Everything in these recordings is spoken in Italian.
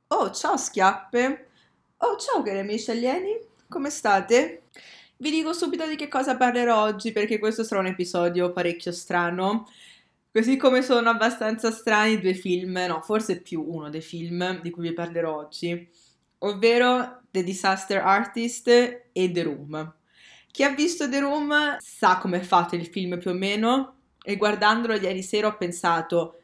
Oh, ciao schiappe! Oh, ciao cari amici alieni, come state? Vi dico subito di che cosa parlerò oggi perché questo sarà un episodio parecchio strano, così come sono abbastanza strani due film, no, forse più uno dei film di cui vi parlerò oggi, ovvero The Disaster Artist e The Room. Chi ha visto The Room sa come è fatto il film più o meno e guardandolo ieri sera ho pensato,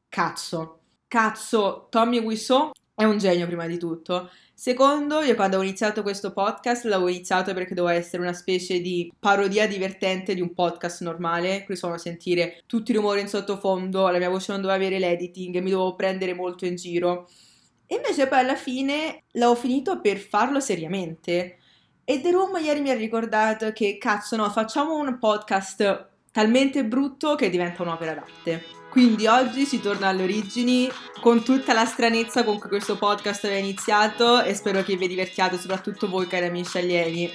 cazzo, Tommy Wiseau è un genio prima di tutto. Secondo, io quando ho iniziato questo podcast l'avevo iniziato perché doveva essere una specie di parodia divertente di un podcast normale, qui sono a sentire tutti i rumori in sottofondo, la mia voce non doveva avere l'editing e mi dovevo prendere molto in giro. E invece poi alla fine l'avevo finito per farlo seriamente. E The Room ieri mi ha ricordato che cazzo no, facciamo un podcast talmente brutto che diventa un'opera d'arte. Quindi oggi si torna alle origini con tutta la stranezza con cui questo podcast aveva iniziato e spero che vi divertiate, soprattutto voi cari amici alieni.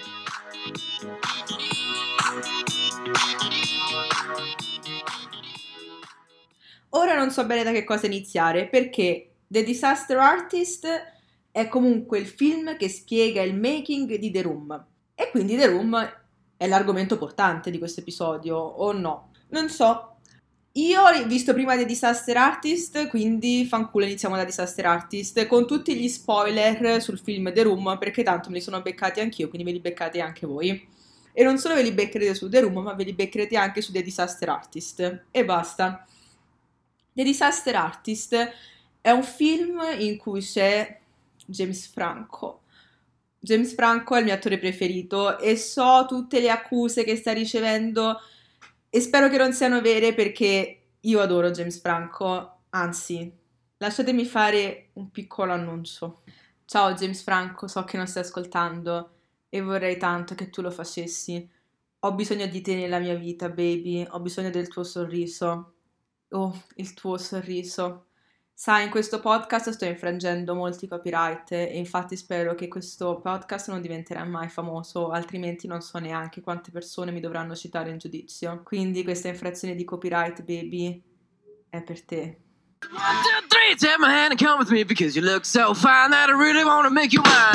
Ora non so bene da che cosa iniziare perché The Disaster Artist è comunque il film che spiega il making di The Room e quindi The Room è l'argomento portante di questo episodio, o no? Non so. Io ho visto prima The Disaster Artist, quindi fanculo iniziamo da Disaster Artist con tutti gli spoiler sul film The Room perché tanto me li sono beccati anch'io, quindi ve li beccate anche voi. E non solo ve li beccherete su The Room, ma ve li beccherete anche su The Disaster Artist. E basta. The Disaster Artist è un film in cui c'è James Franco. James Franco è il mio attore preferito e so tutte le accuse che sta ricevendo e spero che non siano vere perché io adoro James Franco. Anzi, lasciatemi fare un piccolo annuncio. Ciao James Franco, so che non stai ascoltando e vorrei tanto che tu lo facessi. Ho bisogno di te nella mia vita, baby. Ho bisogno del tuo sorriso. Oh, il tuo sorriso. Sai, in questo podcast sto infrangendo molti copyright e infatti spero che questo podcast non diventerà mai famoso, altrimenti non so neanche quante persone mi dovranno citare in giudizio. Quindi questa infrazione di copyright, baby, è per te. 1, 2, 3, take my hand and come with me because you look so fine that I really want to make you mine.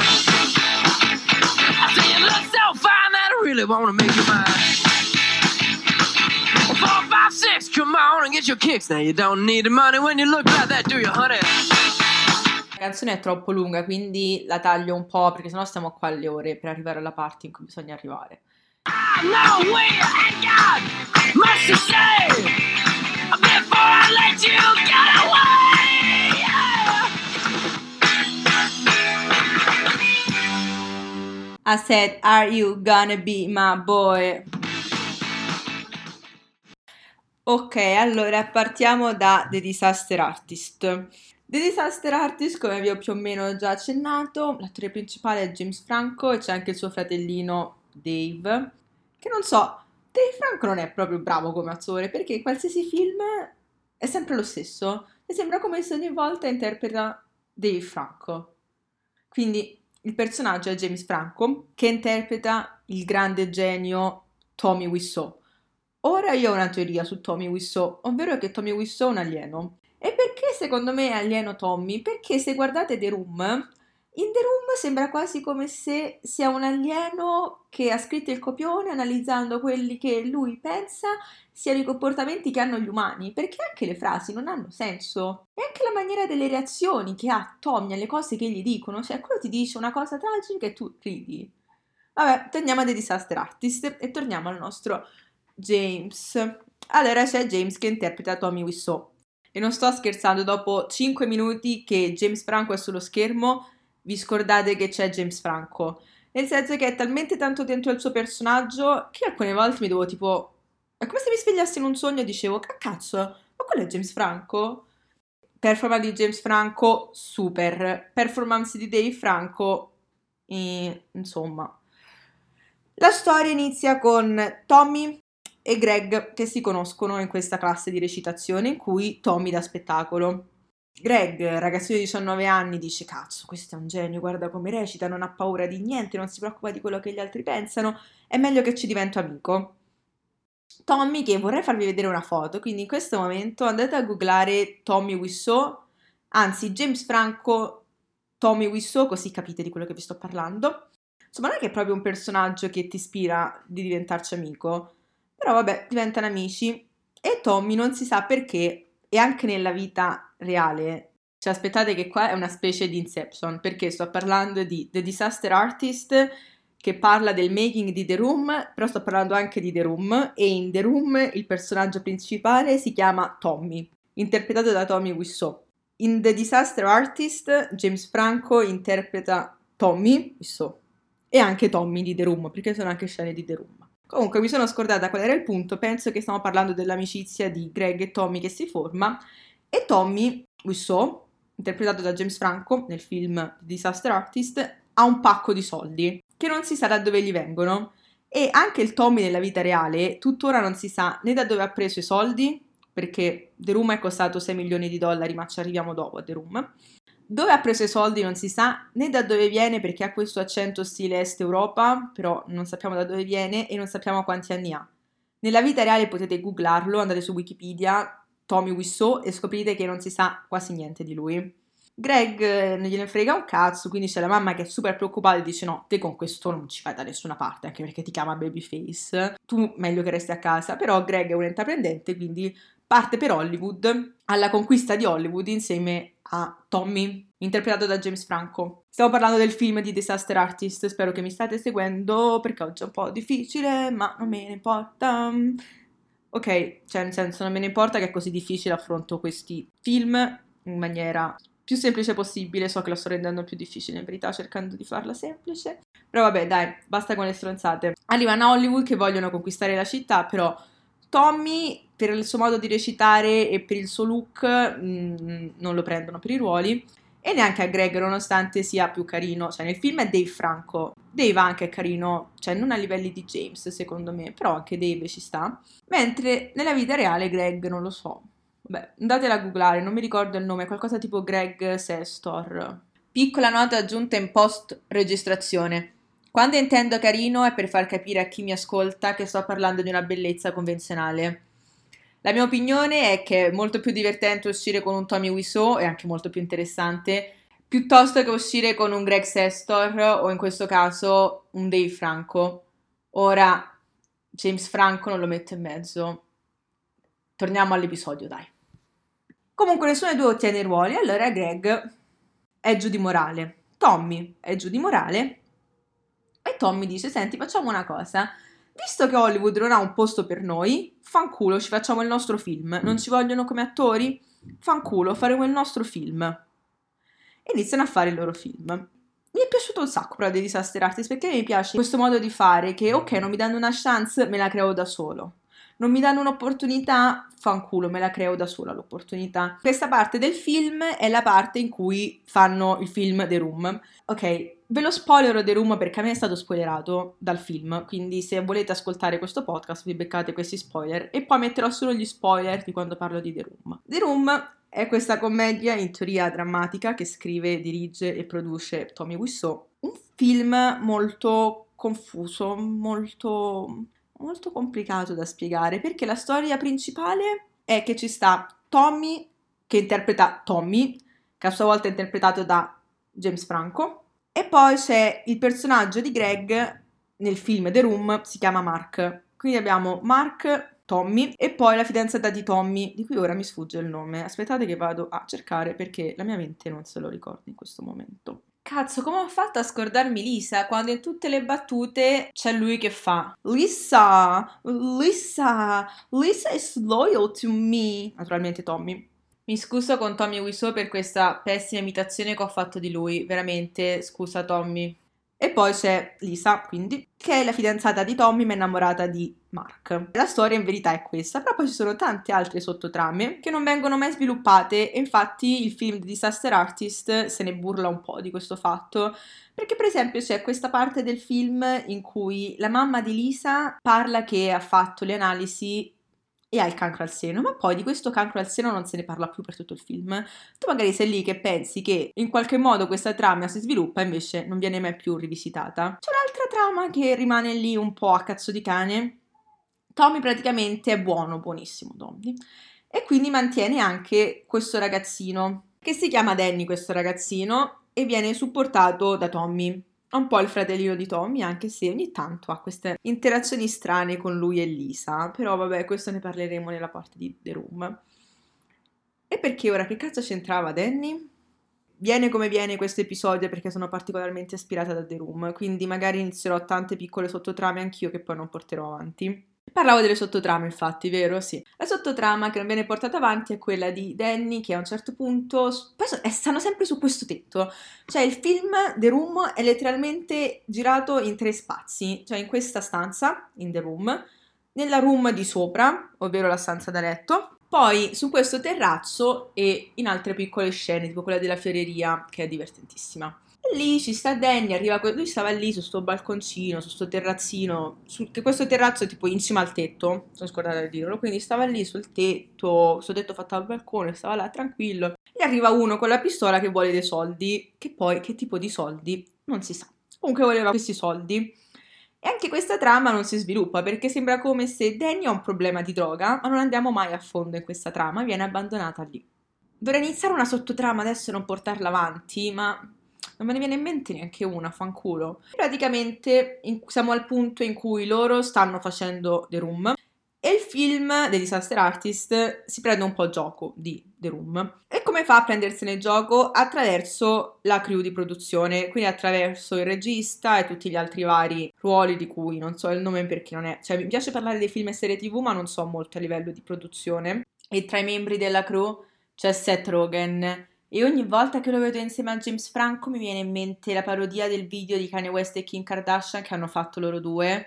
I say you look so fine that I really want to make you mine. 4, 5, 6, come on and get your kicks. Now you don't need the money when you look like that, do you, honey? La canzone è troppo lunga, quindi la taglio un po' perché sennò stiamo qua alle ore per arrivare alla parte in cui bisogna arrivare. No way, ain't got much to say before I let you get away. I said, are you gonna be my boy? Ok, allora partiamo da The Disaster Artist. The Disaster Artist, come vi ho più o meno già accennato, l'attore principale è James Franco e c'è anche il suo fratellino Dave, che non so, Dave Franco non è proprio bravo come attore perché in qualsiasi film è sempre lo stesso e sembra come se ogni volta interpreta Dave Franco. Quindi il personaggio è James Franco che interpreta il grande genio Tommy Wiseau. Ora io ho una teoria su Tommy Wiseau, ovvero che Tommy Wiseau è un alieno. E perché secondo me è alieno Tommy? Perché se guardate The Room, in The Room sembra quasi come se sia un alieno che ha scritto il copione analizzando quelli che lui pensa siano i comportamenti che hanno gli umani, perché anche le frasi non hanno senso. E anche la maniera delle reazioni che ha Tommy alle cose che gli dicono, cioè quello ti dice una cosa tragica e tu ridi. Vabbè, torniamo a The Disaster Artist e torniamo al nostro James. Allora c'è James che interpreta Tommy Wiseau. E non sto scherzando, dopo 5 minuti che James Franco è sullo schermo, vi scordate che c'è James Franco. Nel senso che è talmente tanto dentro il suo personaggio che alcune volte mi devo tipo... È come se mi svegliassi in un sogno e dicevo, cazzo, ma quello è James Franco? Performance di James Franco, super. Performance di Dave Franco, insomma. La storia inizia con Tommy e Greg che si conoscono in questa classe di recitazione in cui Tommy dà spettacolo. Greg, ragazzino di 19 anni, dice cazzo, questo è un genio, guarda come recita, non ha paura di niente, non si preoccupa di quello che gli altri pensano, è meglio che ci divento amico. Tommy, che vorrei farvi vedere una foto, quindi in questo momento andate a googlare Tommy Wiseau, anzi James Franco Tommy Wiseau, così capite di quello che vi sto parlando. Insomma, non è che è proprio un personaggio che ti ispira di diventarci amico, però vabbè, diventano amici e Tommy non si sa perché, e anche nella vita reale, cioè aspettate che qua è una specie di Inception, perché sto parlando di The Disaster Artist, che parla del making di The Room, però sto parlando anche di The Room, e in The Room il personaggio principale si chiama Tommy, interpretato da Tommy Wiseau. In The Disaster Artist, James Franco interpreta Tommy Wiseau e anche Tommy di The Room, perché sono anche scene di The Room. Comunque mi sono scordata qual era il punto, penso che stiamo parlando dell'amicizia di Greg e Tommy che si forma, e Tommy Wiseau, interpretato da James Franco nel film The Disaster Artist, ha un pacco di soldi, che non si sa da dove gli vengono, e anche il Tommy nella vita reale tuttora non si sa né da dove ha preso i soldi, perché The Room è costato 6 milioni di dollari, ma ci arriviamo dopo a The Room. Dove ha preso i soldi non si sa, né da dove viene perché ha questo accento stile Est Europa, però non sappiamo da dove viene e non sappiamo quanti anni ha. Nella vita reale potete googlarlo, andate su Wikipedia, Tommy Wiseau, e scoprite che non si sa quasi niente di lui. Greg non gliene frega un cazzo, quindi c'è la mamma che è super preoccupata e dice no, te con questo non ci vai da nessuna parte, anche perché ti chiama Babyface, tu meglio che resti a casa. Però Greg è un intraprendente, quindi parte per Hollywood, alla conquista di Hollywood insieme a Tommy, interpretato da James Franco. Stiamo parlando del film di Disaster Artist, spero che mi state seguendo perché oggi è un po' difficile, ma non me ne importa. Ok, cioè nel senso non me ne importa che è così difficile, affronto questi film in maniera più semplice possibile, so che lo sto rendendo più difficile in verità cercando di farla semplice, però vabbè dai, basta con le stronzate. Arrivano a Hollywood che vogliono conquistare la città, però Tommy per il suo modo di recitare e per il suo look non lo prendono per i ruoli, e neanche a Greg nonostante sia più carino, cioè nel film è Dave Franco, Dave anche è carino, cioè non a livelli di James secondo me, però anche Dave ci sta, mentre nella vita reale Greg non lo so. Vabbè, andatela a googlare, non mi ricordo il nome, qualcosa tipo Greg Sestor. Piccola nota aggiunta in post registrazione. Quando intendo carino è per far capire a chi mi ascolta che sto parlando di una bellezza convenzionale. La mia opinione è che è molto più divertente uscire con un Tommy Wiseau, e anche molto più interessante, piuttosto che uscire con un Greg Sestor o in questo caso un Dave Franco. Ora, James Franco non lo metto in mezzo. Torniamo all'episodio, dai. Comunque nessuno dei due ottiene i ruoli, allora Greg è giù di morale. Tommy è giù di morale e Tommy dice, senti, facciamo una cosa. Visto che Hollywood non ha un posto per noi, fanculo, ci facciamo il nostro film. Non ci vogliono come attori? Fanculo, faremo il nostro film. E iniziano a fare il loro film. Mi è piaciuto un sacco però dei Disaster Artist, perché mi piace questo modo di fare che, ok, non mi danno una chance, me la creo da solo. Non mi danno un'opportunità, fanculo, me la creo da sola l'opportunità. Questa parte del film è la parte in cui fanno il film The Room. Ok, ve lo spoilerò The Room perché a me è stato spoilerato dal film, quindi se volete ascoltare questo podcast vi beccate questi spoiler e poi metterò solo gli spoiler di quando parlo di The Room. The Room è questa commedia in teoria drammatica che scrive, dirige e produce Tommy Wiseau. Un film molto confuso, molto complicato da spiegare, perché la storia principale è che ci sta Tommy che interpreta Tommy, che a sua volta è interpretato da James Franco, e poi c'è il personaggio di Greg nel film The Room, si chiama Mark. Quindi abbiamo Mark, Tommy e poi la fidanzata di Tommy, di cui ora mi sfugge il nome. Aspettate che vado a cercare perché la mia mente non se lo ricorda in questo momento. Cazzo, come ho fatto a scordarmi Lisa quando in tutte le battute c'è lui che fa Lisa, Lisa, Lisa is loyal to me. Naturalmente Tommy. Mi scuso con Tommy Wiseau per questa pessima imitazione che ho fatto di lui, veramente, scusa Tommy. E poi c'è Lisa, quindi, che è la fidanzata di Tommy ma innamorata di Mark. La storia in verità è questa, però poi ci sono tante altre sottotrame che non vengono mai sviluppate e infatti il film di Disaster Artist se ne burla un po' di questo fatto, perché per esempio c'è questa parte del film in cui la mamma di Lisa parla che ha fatto le analisi e ha il cancro al seno, ma poi di questo cancro al seno non se ne parla più per tutto il film. Tu magari sei lì che pensi che in qualche modo questa trama si sviluppa, invece non viene mai più rivisitata. C'è un'altra trama che rimane lì un po' a cazzo di cane. Tommy praticamente è buono, buonissimo Tommy, e quindi mantiene anche questo ragazzino, che si chiama Danny questo ragazzino, e viene supportato da Tommy. È un po' il fratellino di Tommy, anche se ogni tanto ha queste interazioni strane con lui e Lisa, però vabbè, questo ne parleremo nella parte di The Room. E perché ora che cazzo c'entrava Danny? Viene come viene questo episodio perché sono particolarmente ispirata da The Room, quindi magari inizierò tante piccole sottotrame anch'io che poi non porterò avanti. Parlavo delle sottotrame, infatti, vero? Sì. La sottotrama che non viene portata avanti è quella di Danny che a un certo punto... Poi stanno sempre su questo tetto. Cioè il film The Room è letteralmente girato in 3 spazi. Cioè in questa stanza, in The Room, nella room di sopra, ovvero la stanza da letto, poi su questo terrazzo e in altre piccole scene, tipo quella della fioreria, che è divertentissima. E lì ci sta Danny, lui stava lì su sto balconcino, su sto terrazzino, che questo terrazzo è tipo in cima al tetto, sono scordata di dirlo, quindi stava lì sul tetto, sto tetto fatto al balcone, stava là tranquillo, e arriva uno con la pistola che vuole dei soldi, che poi che tipo di soldi non si sa. Comunque voleva questi soldi. E anche questa trama non si sviluppa perché sembra come se Danny ha un problema di droga, ma non andiamo mai a fondo in questa trama, viene abbandonata lì. Dovrei iniziare una sottotrama adesso e non portarla avanti, ma non me ne viene in mente neanche una, fanculo. Praticamente siamo al punto in cui loro stanno facendo The Room e il film The Disaster Artist si prende un po' gioco di The Room. E come fa a prendersene gioco? Attraverso la crew di produzione, quindi attraverso il regista e tutti gli altri vari ruoli di cui non so il nome perché non è... Cioè mi piace parlare dei film e serie TV, ma non so molto a livello di produzione. E tra i membri della crew c'è Seth Rogen. E ogni volta che lo vedo insieme a James Franco mi viene in mente la parodia del video di Kanye West e Kim Kardashian che hanno fatto loro due,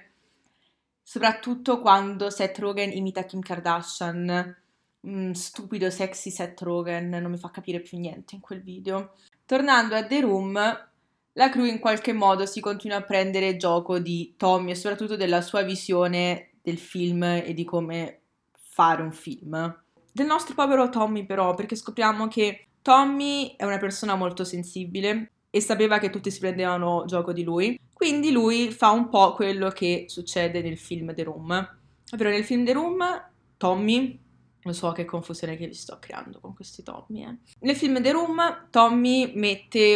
soprattutto quando Seth Rogen imita Kim Kardashian. Stupido, sexy Seth Rogen, non mi fa capire più niente in quel video. Tornando a The Room, la crew in qualche modo si continua a prendere gioco di Tommy e soprattutto della sua visione del film e di come fare un film. Del nostro povero Tommy però, perché scopriamo che Tommy è una persona molto sensibile e sapeva che tutti si prendevano gioco di lui, quindi lui fa un po' quello che succede nel film The Room. Ovvero nel film The Room, Tommy, lo so che confusione che vi sto creando con questi Tommy, Nel film The Room, Tommy mette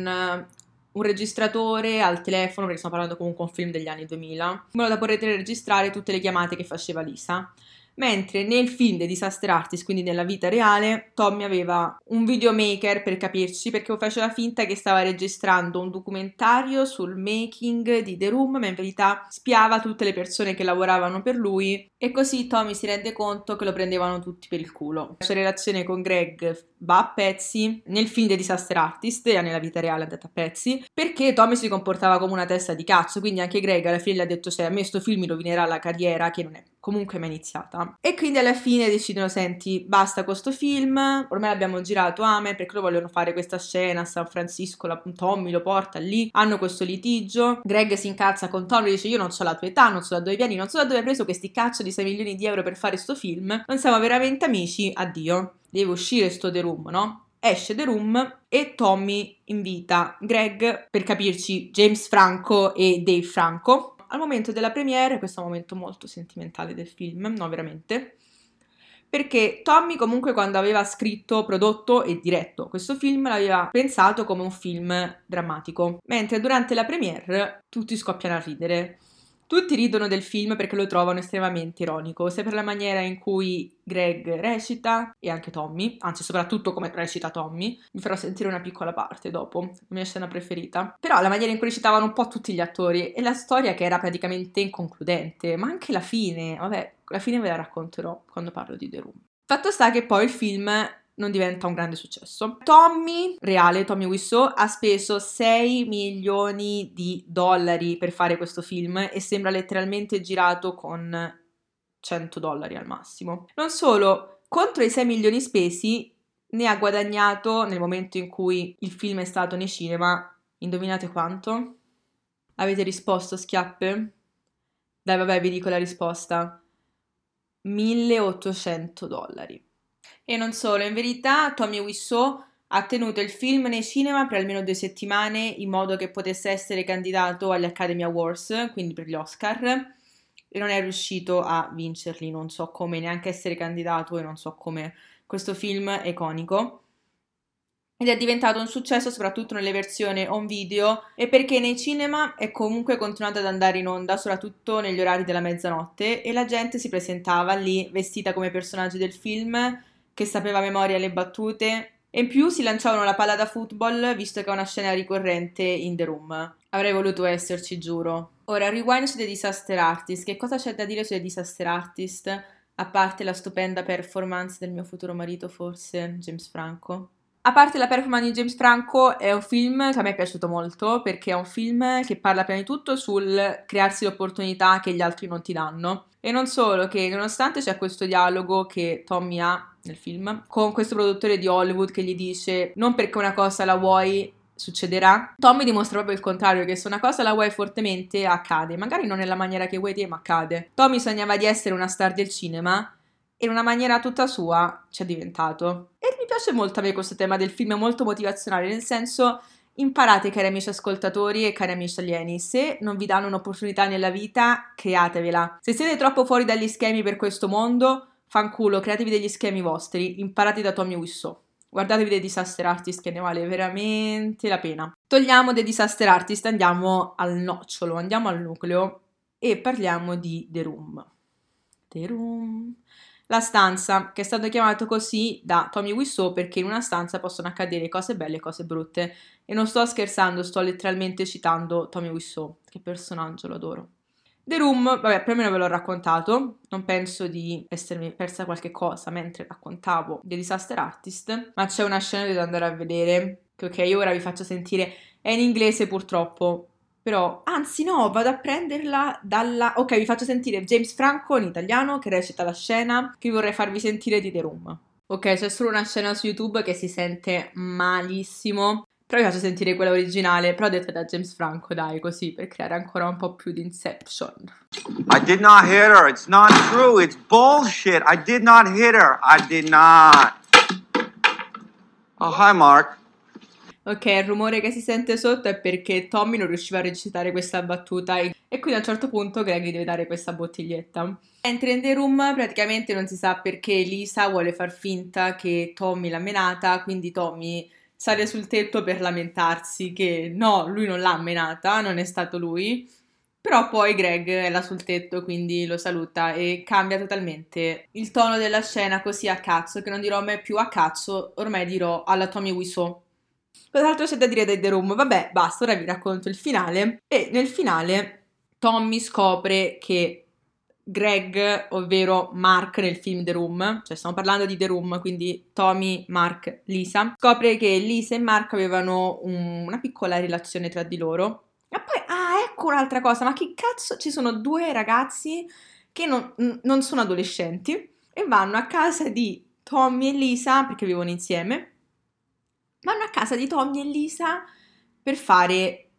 un registratore al telefono, perché stiamo parlando comunque di un film degli anni 2000, in modo da poter registrare tutte le chiamate che faceva Lisa. Mentre nel film The Disaster Artist, quindi nella vita reale, Tommy aveva un videomaker per capirci, perché faceva finta che stava registrando un documentario sul making di The Room, ma in verità spiava tutte le persone che lavoravano per lui e così Tommy si rende conto che lo prendevano tutti per il culo. La sua relazione con Greg va a pezzi, nel film The Disaster Artist e nella vita reale è andata a pezzi, perché Tommy si comportava come una testa di cazzo, quindi anche Greg alla fine gli ha detto se a me sto film mi rovinerà la carriera, che non è comunque mai iniziata. E quindi alla fine decidono, senti, basta con sto film, ormai l'abbiamo girato, amen, perché loro vogliono fare questa scena a San Francisco, Tommy lo porta lì, hanno questo litigio, Greg si incazza con Tommy e dice io non so la tua età, non so da dove vieni, non so da dove hai preso questi caccio di 6 milioni di euro per fare sto film, non siamo veramente amici, addio. Deve uscire sto The Room, no? Esce The Room e Tommy invita Greg, per capirci, James Franco e Dave Franco. Al momento della premiere, questo è un momento molto sentimentale del film, no veramente, perché Tommy comunque quando aveva scritto, prodotto e diretto questo film l'aveva pensato come un film drammatico, mentre durante la premiere tutti scoppiano a ridere. Tutti ridono del film perché lo trovano estremamente ironico, sia per la maniera in cui Greg recita e anche Tommy, anzi soprattutto come recita Tommy, vi farò sentire una piccola parte dopo, la mia scena preferita. Però la maniera in cui recitavano un po' tutti gli attori e la storia che era praticamente inconcludente, ma anche la fine, vabbè, la fine ve la racconterò quando parlo di The Room. Fatto sta che poi il film non diventa un grande successo. Tommy Wiseau, ha speso 6 milioni di dollari per fare questo film e sembra letteralmente girato con 100 dollari al massimo. Non solo, contro i 6 milioni spesi ne ha guadagnato nel momento in cui il film è stato nei cinema, indovinate quanto? Avete risposto, schiappe? Dai, vabbè, vi dico la risposta. 1800 dollari. E non solo, in verità Tommy Wiseau ha tenuto il film nei cinema per almeno 2 settimane in modo che potesse essere candidato agli Academy Awards, quindi per gli Oscar, e non è riuscito a vincerli, non so come neanche essere candidato e non so come. Questo film è iconico. ed è diventato un successo soprattutto nelle versioni home video e perché nei cinema è comunque continuato ad andare in onda soprattutto negli orari della mezzanotte e la gente si presentava lì vestita come personaggi del film, che sapeva a memoria le battute e in più si lanciavano la palla da football visto che è una scena ricorrente in The Room. Avrei voluto esserci, giuro. Ora, rewind su The Disaster Artist. Che cosa c'è da dire su The Disaster Artist? A parte la stupenda performance del mio futuro marito, forse, James Franco. A parte la performance di James Franco, è un film che a me è piaciuto molto perché è un film che parla prima di tutto sul crearsi l'opportunità che gli altri non ti danno. E non solo, che nonostante c'è questo dialogo che Tommy ha nel film con questo produttore di Hollywood che gli dice non perché una cosa la vuoi succederà, Tommy dimostra proprio il contrario, che se una cosa la vuoi fortemente accade, magari non nella maniera che vuoi te, ma accade. Tommy sognava di essere una star del cinema e in una maniera tutta sua ci è diventato. E mi piace molto a me questo tema del film, è molto motivazionale, nel senso imparate, cari amici ascoltatori e cari amici alieni, se non vi danno un'opportunità nella vita, createvela. Se siete troppo fuori dagli schemi per questo mondo, fanculo, createvi degli schemi vostri, imparate da Tommy Wiseau. Guardatevi The Disaster Artist che ne vale veramente la pena. Togliamo The Disaster Artist, andiamo al nocciolo, andiamo al nucleo e parliamo di The Room. The Room. La stanza, che è stato chiamato così da Tommy Wiseau perché in una stanza possono accadere cose belle e cose brutte. E non sto scherzando, sto letteralmente citando Tommy Wiseau. Che personaggio, lo adoro. The Room, vabbè, più o meno ve l'ho raccontato, non penso di essermi persa qualche cosa mentre raccontavo The Disaster Artist, ma c'è una scena che devo andare a vedere, che ok, io ora vi faccio sentire, è in inglese purtroppo, però, anzi no, vado a prenderla dalla... Ok, vi faccio sentire James Franco in italiano che recita la scena che vorrei farvi sentire di The Room. Ok, c'è solo una scena su YouTube che si sente malissimo, però vi faccio sentire quella originale, però detta da James Franco, dai, così, per creare ancora un po' più di Inception. I did not hit her. It's not true. It's bullshit. I did not hit her. I did not. Oh, hi, Mark. Ok, il rumore che si sente sotto è perché Tommy non riusciva a recitare questa battuta e quindi a un certo punto Greg gli deve dare questa bottiglietta. Mentre in The Room praticamente non si sa perché Lisa vuole far finta che Tommy l'ha menata, quindi Tommy sale sul tetto per lamentarsi che no, lui non l'ha menata, non è stato lui, però poi Greg è là sul tetto, quindi lo saluta e cambia totalmente il tono della scena così a cazzo, che non dirò mai più a cazzo, ormai dirò alla Tommy Wiseau. Cos'altro c'è da dire di The Room? Vabbè, basta, ora vi racconto il finale. E nel finale Tommy scopre che Greg, ovvero Mark nel film The Room, cioè stiamo parlando di The Room, quindi Tommy, Mark, Lisa, scopre che Lisa e Mark avevano una piccola relazione tra di loro. E poi, ecco un'altra cosa, ma che cazzo, ci sono due ragazzi che non sono adolescenti e vanno a casa di Tommy e Lisa, perché vivono insieme, vanno a casa di Tommy e Lisa per fare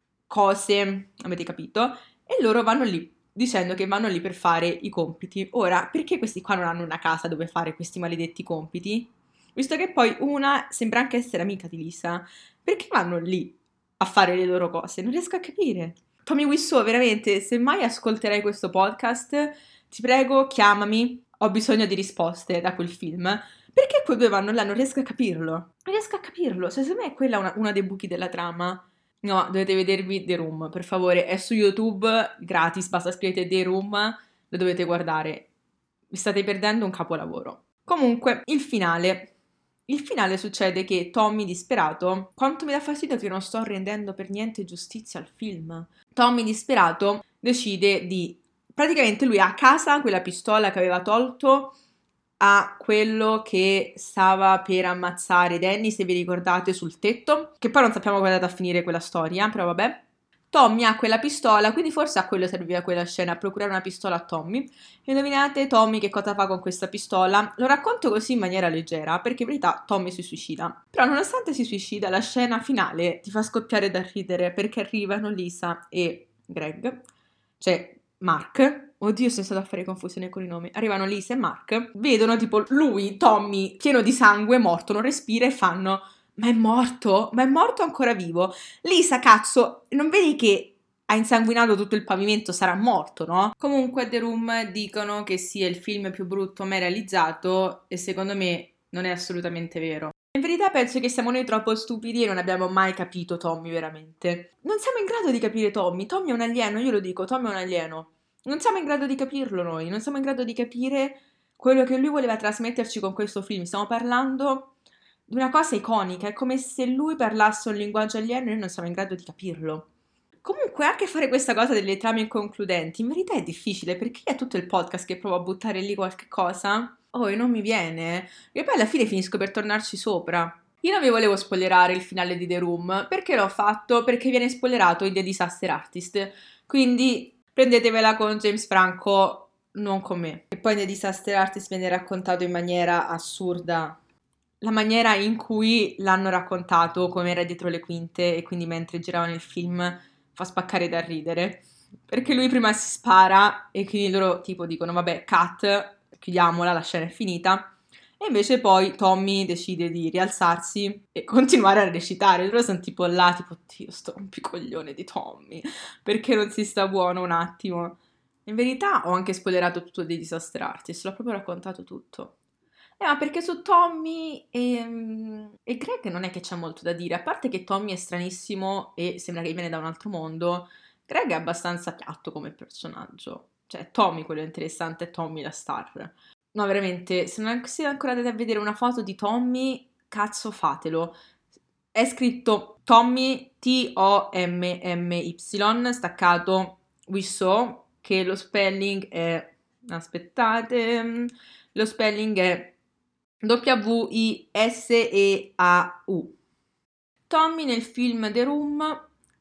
cose, avete capito? E loro vanno lì dicendo che vanno lì per fare i compiti. Ora, perché questi qua non hanno una casa dove fare questi maledetti compiti? Visto che poi una sembra anche essere amica di Lisa, perché vanno lì a fare le loro cose? Non riesco a capire. Tommy Wiseau, veramente, se mai ascolterai questo podcast, ti prego, chiamami, ho bisogno di risposte da quel film. Perché quei due vanno là? Non riesco a capirlo. Non riesco a capirlo. Cioè, secondo me è quella una dei buchi della trama. No, dovete vedervi The Room, per favore. È su YouTube, gratis, basta scrivete The Room, lo dovete guardare. Vi state perdendo un capolavoro. Comunque, il finale. Il finale succede che Tommy, disperato, quanto mi dà fastidio che non sto rendendo per niente giustizia al film. Tommy, disperato, decide di... Praticamente lui ha a casa quella pistola che aveva tolto a quello che stava per ammazzare Danny, se vi ricordate, sul tetto, che poi non sappiamo come è andata a finire quella storia, però vabbè. Tommy ha quella pistola, quindi forse a quello serviva quella scena, a procurare una pistola a Tommy. E indovinate Tommy che cosa fa con questa pistola? Lo racconto così in maniera leggera, perché in verità Tommy si suicida. Però nonostante si suicida, la scena finale ti fa scoppiare da ridere, perché arrivano Lisa e Greg, cioè Mark. Oddio, sono stata a fare confusione con i nomi. Arrivano Lisa e Mark, vedono tipo lui, Tommy, pieno di sangue, morto, non respira e fanno... Ma è morto? Ma è morto ancora vivo? Lisa, cazzo, non vedi che ha insanguinato tutto il pavimento? Sarà morto, no? Comunque a The Room dicono che sia il film più brutto mai realizzato e secondo me non è assolutamente vero. In verità penso che siamo noi troppo stupidi e non abbiamo mai capito Tommy veramente. Non siamo in grado di capire Tommy. Tommy è un alieno, io lo dico, Tommy è un alieno. Non siamo in grado di capirlo noi, non siamo in grado di capire quello che lui voleva trasmetterci con questo film. Stiamo parlando di una cosa iconica, è come se lui parlasse un linguaggio alieno e noi non siamo in grado di capirlo. Comunque anche fare questa cosa delle trame inconcludenti in verità è difficile perché è tutto il podcast che provo a buttare lì qualche cosa. Oh, e non mi viene. E poi alla fine finisco per tornarci sopra. Io non vi volevo spoilerare il finale di The Room. Perché l'ho fatto? Perché viene spoilerato in The Disaster Artist. Quindi prendetevela con James Franco, non con me. E poi The Disaster Artist viene raccontato in maniera assurda. La maniera in cui l'hanno raccontato, come era dietro le quinte, e quindi mentre giravano il film fa spaccare da ridere. Perché lui prima si spara e quindi loro tipo dicono vabbè, cut, chiudiamola, la scena è finita. E invece poi Tommy decide di rialzarsi e continuare a recitare. Loro sono tipo là, tipo, Dio, sto rompicoglione di Tommy, perché non si sta buono un attimo. In verità ho anche spoilerato tutto dei Disaster Artist, l'ho proprio raccontato tutto. Ma perché su Tommy e Greg non è che c'è molto da dire, a parte che Tommy è stranissimo e sembra che viene da un altro mondo, Greg è abbastanza piatto come personaggio. Cioè, è Tommy quello interessante, è Tommy la star. No, veramente, se non siete ancora andati a vedere una foto di Tommy, cazzo fatelo. È scritto Tommy, Tommy, staccato Wiseau, che lo spelling è... Aspettate... Lo spelling è Wiseau. Tommy nel film The Room...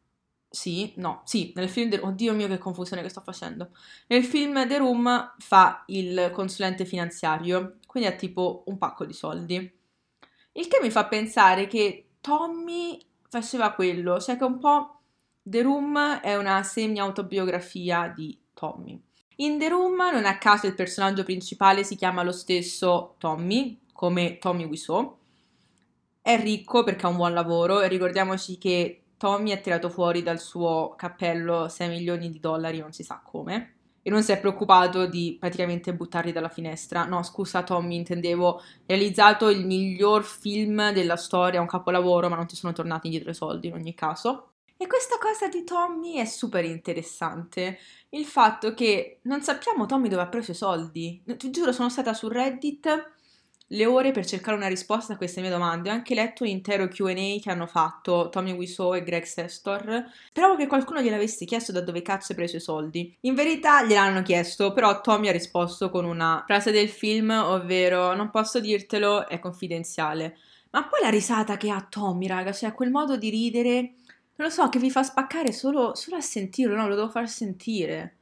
nel film Oddio mio che confusione che sto facendo. Nel film The Room fa il consulente finanziario, quindi ha tipo un pacco di soldi. Il che mi fa pensare che Tommy faceva quello, cioè che un po' The Room è una semi-autobiografia di Tommy. In The Room, non a caso il personaggio principale si chiama lo stesso Tommy, come Tommy Wiseau. È ricco perché ha un buon lavoro e ricordiamoci che Tommy ha tirato fuori dal suo cappello 6 milioni di dollari, non si sa come, e non si è preoccupato di praticamente buttarli dalla finestra. No, scusa Tommy, intendevo realizzato il miglior film della storia, un capolavoro, ma non ti sono tornati indietro i soldi in ogni caso. E questa cosa di Tommy è super interessante. Il fatto che non sappiamo Tommy dove ha preso i soldi. Ti giuro, sono stata su Reddit le ore per cercare una risposta a queste mie domande. Ho anche letto l'intero Q&A che hanno fatto Tommy Wiseau e Greg Sestor. Speravo che qualcuno gliel'avesse chiesto da dove cazzo hai preso i soldi. In verità gliel'hanno chiesto, però Tommy ha risposto con una frase del film, ovvero non posso dirtelo, è confidenziale. Ma poi la risata che ha Tommy, raga, cioè quel modo di ridere, non lo so, che vi fa spaccare solo a sentirlo, no? Lo devo far sentire.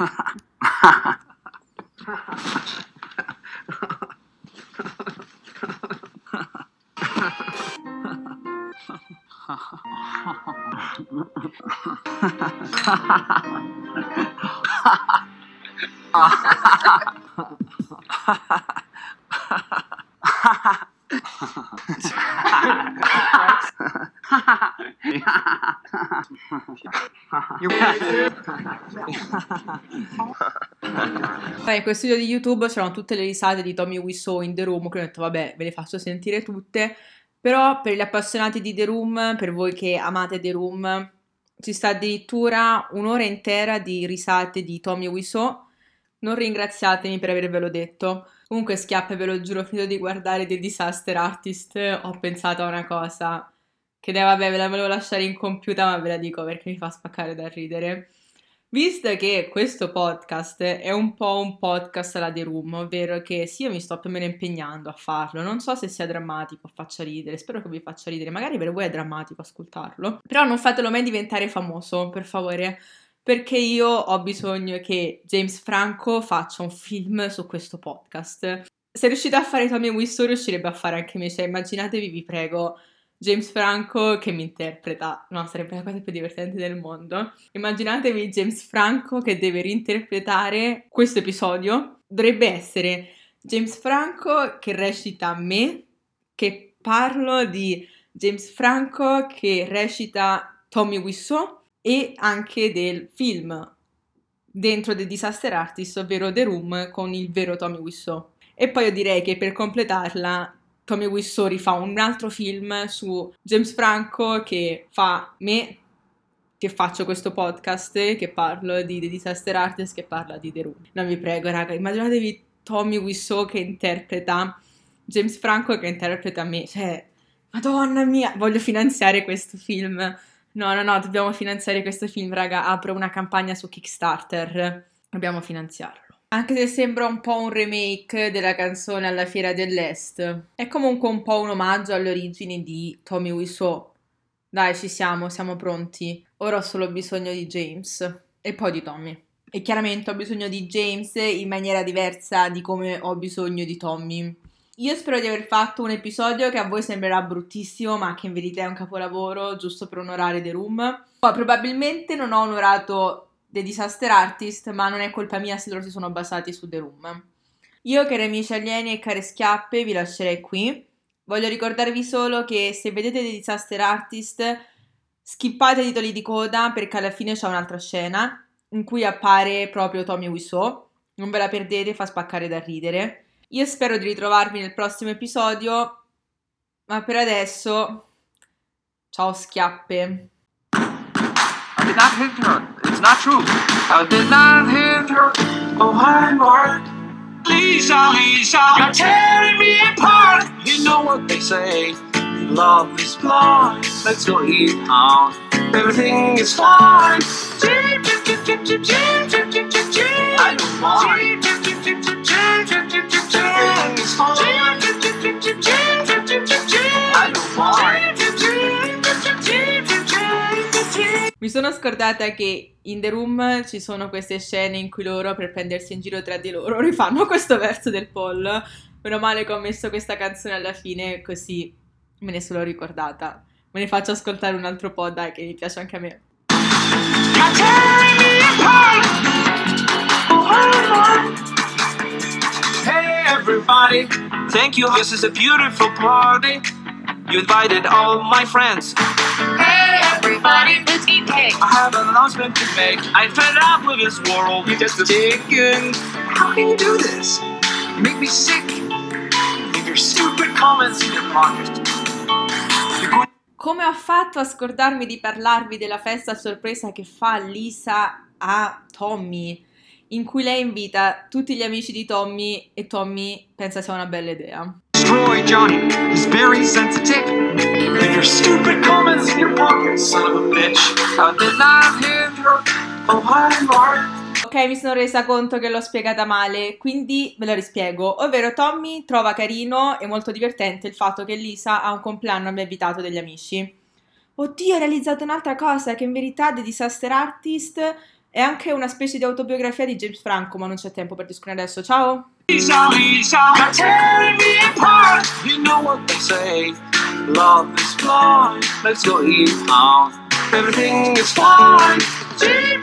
In questo video di YouTube c'erano tutte le risate di Tommy Wiseau in The Room, che ho detto vabbè ve le faccio sentire tutte, però per gli appassionati di The Room, per voi che amate The Room, ci sta addirittura un'ora intera di risate di Tommy Wiseau. Non ringraziatemi per avervelo detto. Comunque schiappe, ve lo giuro, finito di guardare The Disaster Artist, ho pensato a una cosa che vabbè ve la volevo lasciare incompiuta, ma ve la dico perché mi fa spaccare da ridere. Visto che questo podcast è un po' un podcast alla The Room, ovvero che sì, io mi sto più o meno impegnando a farlo, non so se sia drammatico, faccia ridere, spero che vi faccia ridere, magari per voi è drammatico ascoltarlo, però non fatelo mai diventare famoso, per favore, perché io ho bisogno che James Franco faccia un film su questo podcast. Se riuscite a fare Tommy Wiseau, riuscirebbe a fare anche me, cioè immaginatevi, vi prego, James Franco che mi interpreta, no, sarebbe la cosa più divertente del mondo. Immaginatevi James Franco che deve reinterpretare questo episodio. Dovrebbe essere James Franco che recita me, che parlo di James Franco che recita Tommy Wiseau e anche del film dentro The Disaster Artist, ovvero The Room con il vero Tommy Wiseau. E poi io direi che per completarla Tommy Wiseau rifà un altro film su James Franco che fa me, che faccio questo podcast, che parlo di The Disaster Artist, che parla di The Room. Non vi prego, raga, immaginatevi Tommy Wiseau che interpreta James Franco che interpreta me. Cioè, madonna mia, voglio finanziare questo film. No, dobbiamo finanziare questo film, raga. Apro una campagna su Kickstarter. Dobbiamo finanziarlo. Anche se sembra un po' un remake della canzone Alla Fiera dell'Est, è comunque un po' un omaggio alle origini di Tommy Wiseau. Dai, ci siamo pronti. Ora ho solo bisogno di James e poi di Tommy. E chiaramente ho bisogno di James in maniera diversa di come ho bisogno di Tommy. Io spero di aver fatto un episodio che a voi sembrerà bruttissimo, ma che in verità è un capolavoro, giusto per onorare The Room. Poi probabilmente non ho onorato The Disaster Artist, ma non è colpa mia se loro si sono basati su The Room. Io, cari amici alieni e care schiappe, vi lascerei qui. Voglio ricordarvi solo che se vedete The Disaster Artist, skippate i titoli di coda perché alla fine c'è un'altra scena in cui appare proprio Tommy Wiseau. Non ve la perdete, fa spaccare da ridere. Io spero di ritrovarvi nel prossimo episodio, ma per adesso, ciao schiappe. I did not hit her. It's not true. I did not hit her. Oh, hi, Mark. Lisa, you're tearing me apart. You know what they say. Love is blind. Let's go eat out. Everything is fine. I don't mind. Everything is fine. I don't mind. Mi sono scordata che in The Room ci sono queste scene in cui loro, per prendersi in giro tra di loro, rifanno questo verso del Paul. Meno male che ho messo questa canzone alla fine, così me ne sono ricordata. Me ne faccio ascoltare un altro po', dai, che mi piace anche a me. Hey everybody, thank you, this is a beautiful party. You invited all my friends. Hey everybody, let's eat cake. I have an announcement to make. I'm fed up with this world. You just a chicken. How can you do this? You make me sick. Leave your stupid comments in your pocket. Come ho fatto a scordarmi di parlarvi della festa sorpresa che fa Lisa a Tommy, in cui lei invita tutti gli amici di Tommy e Tommy pensa sia una bella idea. Destroy Johnny. He's very sensitive. Leave your stupid comments in your pocket, son of a bitch. I did not hit her. Oh, hi, Mark. Ok, mi sono resa conto che l'ho spiegata male, quindi ve la rispiego. Ovvero Tommy trova carino e molto divertente il fatto che Lisa a un compleanno abbia invitato degli amici. Oddio, ho realizzato un'altra cosa, che in verità The Disaster Artist è anche una specie di autobiografia di James Franco, ma non c'è tempo per discutere adesso. Ciao! Lisa, you're tearing me apart. You know what they say. Love is blind. Let's go eat out. Everything is fine.